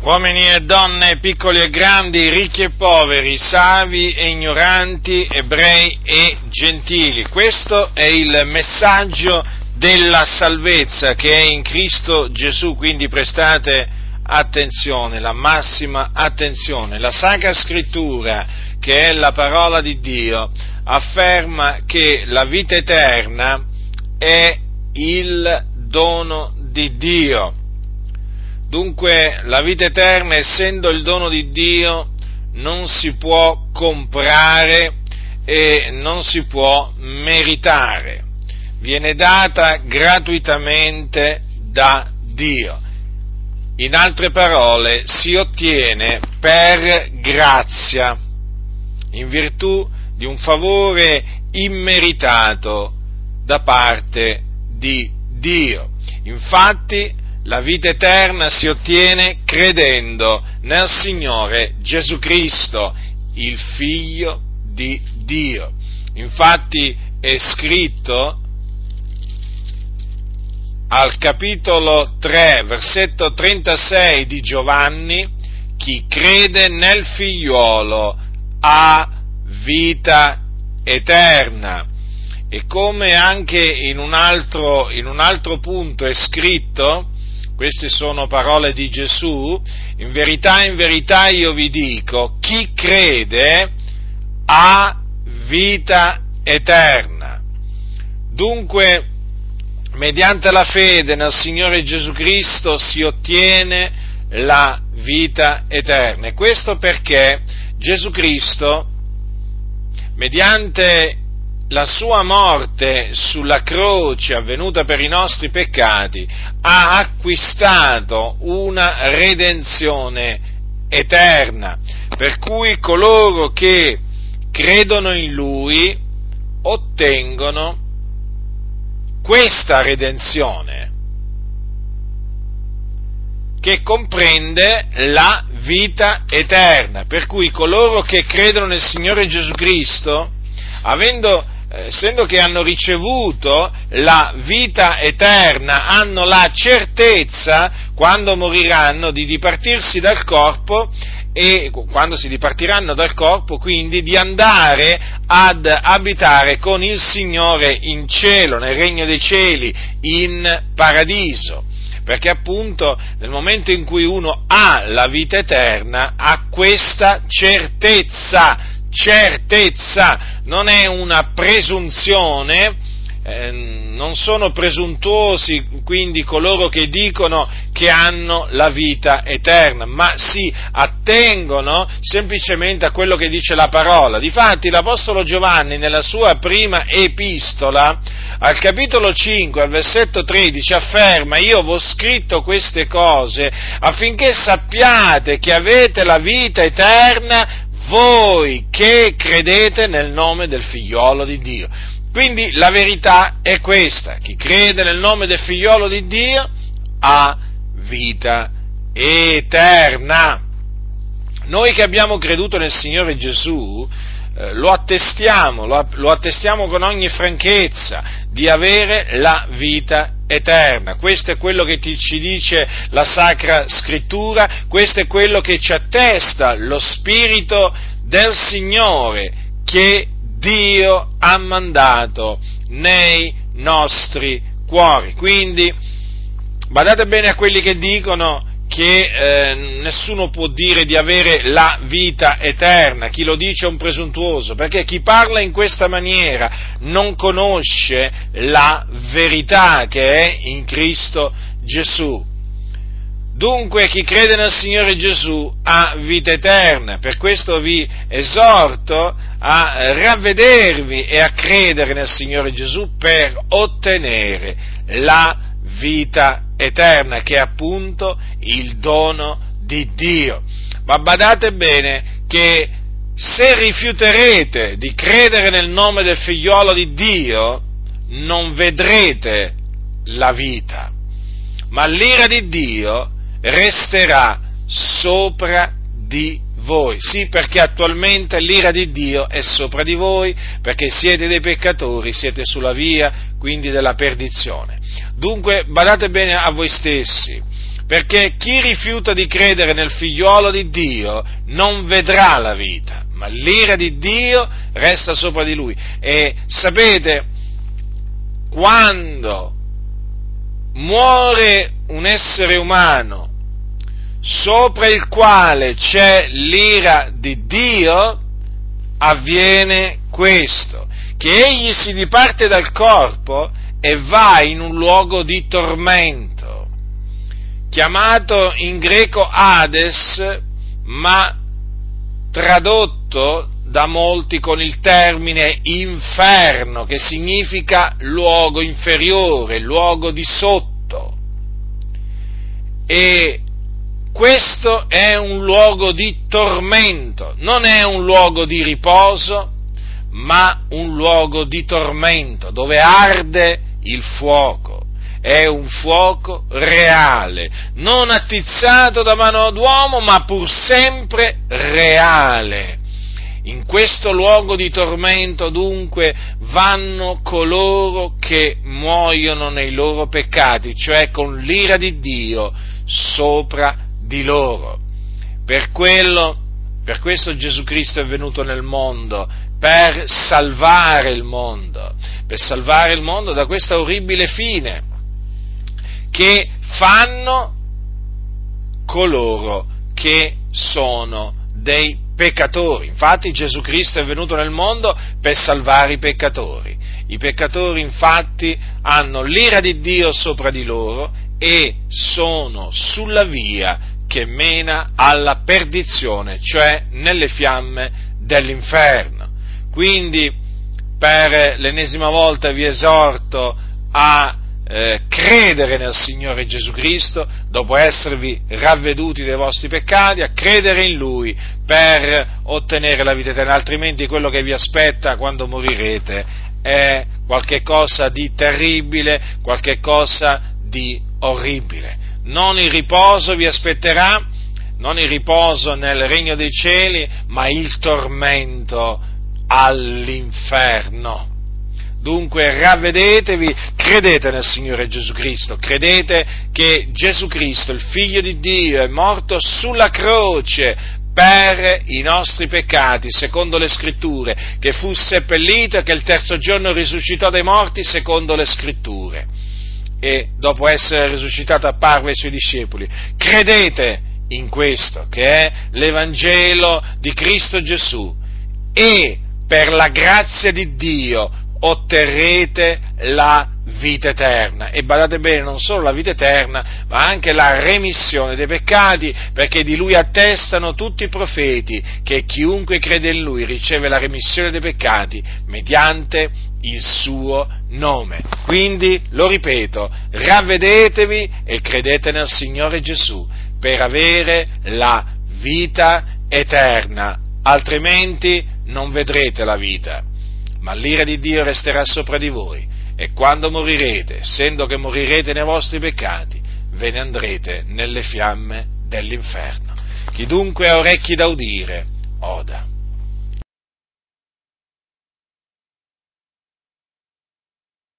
Uomini e donne, piccoli e grandi, ricchi e poveri, savi e ignoranti, ebrei e gentili. Questo è il messaggio della salvezza che è in Cristo Gesù, quindi prestate attenzione, la massima attenzione. La Sacra Scrittura, che è la parola di Dio, afferma che la vita eterna è il dono di Dio. Dunque, la vita eterna, essendo il dono di Dio, non si può comprare e non si può meritare. Viene data gratuitamente da Dio. In altre parole, si ottiene per grazia, in virtù di un favore immeritato da parte di Dio. Infatti, la vita eterna si ottiene credendo nel Signore Gesù Cristo, il Figlio di Dio. Infatti è scritto al capitolo 3, versetto 36 di Giovanni: chi crede nel Figliuolo ha vita eterna. E come anche in un altro punto è scritto, queste sono parole di Gesù: in verità io vi dico, chi crede ha vita eterna. Dunque, mediante la fede nel Signore Gesù Cristo si ottiene la vita eterna. E questo perché Gesù Cristo, mediante la sua morte sulla croce avvenuta per i nostri peccati, ha acquistato una redenzione eterna, per cui coloro che credono in Lui ottengono questa redenzione, che comprende la vita eterna, per cui coloro che credono nel Signore Gesù Cristo, essendo che hanno ricevuto la vita eterna, hanno la certezza, quando moriranno, di dipartirsi dal corpo, e quando si dipartiranno dal corpo, quindi di andare ad abitare con il Signore in cielo, nel regno dei cieli, in paradiso. Perché appunto nel momento in cui uno ha la vita eterna, ha questa certezza, non è una presunzione, non sono presuntuosi quindi coloro che dicono che hanno la vita eterna, ma si attengono semplicemente a quello che dice la parola. Difatti l'Apostolo Giovanni nella sua prima epistola, al capitolo 5, al versetto 13, afferma: io vi ho scritto queste cose affinché sappiate che avete la vita eterna voi che credete nel nome del Figliolo di Dio. Quindi la verità è questa: chi crede nel nome del Figliolo di Dio ha vita eterna. Noi che abbiamo creduto nel Signore Gesù lo attestiamo con ogni franchezza di avere la vita eterna. Questo è quello che ci dice la Sacra Scrittura, questo è quello che ci attesta lo Spirito del Signore che Dio ha mandato nei nostri cuori. Quindi badate bene a quelli che dicono che nessuno può dire di avere la vita eterna. Chi lo dice è un presuntuoso, perché chi parla in questa maniera non conosce la verità che è in Cristo Gesù. Dunque chi crede nel Signore Gesù ha vita eterna, per questo vi esorto a ravvedervi e a credere nel Signore Gesù per ottenere la vita eterna, che è appunto il dono di Dio. Ma badate bene che se rifiuterete di credere nel nome del Figliolo di Dio, non vedrete la vita, ma l'ira di Dio resterà sopra di voi. Sì, perché attualmente l'ira di Dio è sopra di voi, perché siete dei peccatori, siete sulla via quindi della perdizione. Dunque badate bene a voi stessi, perché chi rifiuta di credere nel figliuolo di Dio non vedrà la vita, ma l'ira di Dio resta sopra di lui. E sapete, quando muore un essere umano sopra il quale c'è l'ira di Dio, avviene questo, che egli si diparte dal corpo e va in un luogo di tormento, chiamato in greco Hades, ma tradotto da molti con il termine inferno, che significa luogo inferiore, luogo di sotto. E questo è un luogo di tormento, non è un luogo di riposo, ma un luogo di tormento, dove arde il fuoco. È un fuoco reale, non attizzato da mano d'uomo, ma pur sempre reale. In questo luogo di tormento, dunque, vanno coloro che muoiono nei loro peccati, cioè con l'ira di Dio sopra di loro. Per questo Gesù Cristo è venuto nel mondo, per salvare il mondo da questa orribile fine che fanno coloro che sono dei peccatori. Infatti Gesù Cristo è venuto nel mondo per salvare i peccatori. I peccatori infatti hanno l'ira di Dio sopra di loro e sono sulla via che mena alla perdizione, cioè nelle fiamme dell'inferno. Quindi per l'ennesima volta vi esorto a credere nel Signore Gesù Cristo, dopo esservi ravveduti dei vostri peccati, a credere in Lui per ottenere la vita eterna, altrimenti quello che vi aspetta quando morirete è qualche cosa di terribile, qualche cosa di orribile. Non il riposo vi aspetterà, non il riposo nel regno dei cieli, ma il tormento all'inferno. Dunque ravvedetevi, credete nel Signore Gesù Cristo, credete che Gesù Cristo, il Figlio di Dio, è morto sulla croce per i nostri peccati, secondo le Scritture, che fu seppellito e che il terzo giorno risuscitò dai morti, secondo le Scritture. E dopo essere risuscitato apparve ai Suoi discepoli. Credete in questo, che è l'Evangelo di Cristo Gesù, e per la grazia di Dio otterrete la vita eterna. E badate bene, non solo la vita eterna, ma anche la remissione dei peccati, perché di Lui attestano tutti i profeti che chiunque crede in Lui riceve la remissione dei peccati mediante il suo nome. Quindi, lo ripeto, ravvedetevi e credete nel Signore Gesù per avere la vita eterna, altrimenti non vedrete la vita, ma l'ira di Dio resterà sopra di voi, e quando morirete, essendo che morirete nei vostri peccati, ve ne andrete nelle fiamme dell'inferno. Chi dunque ha orecchi da udire, oda.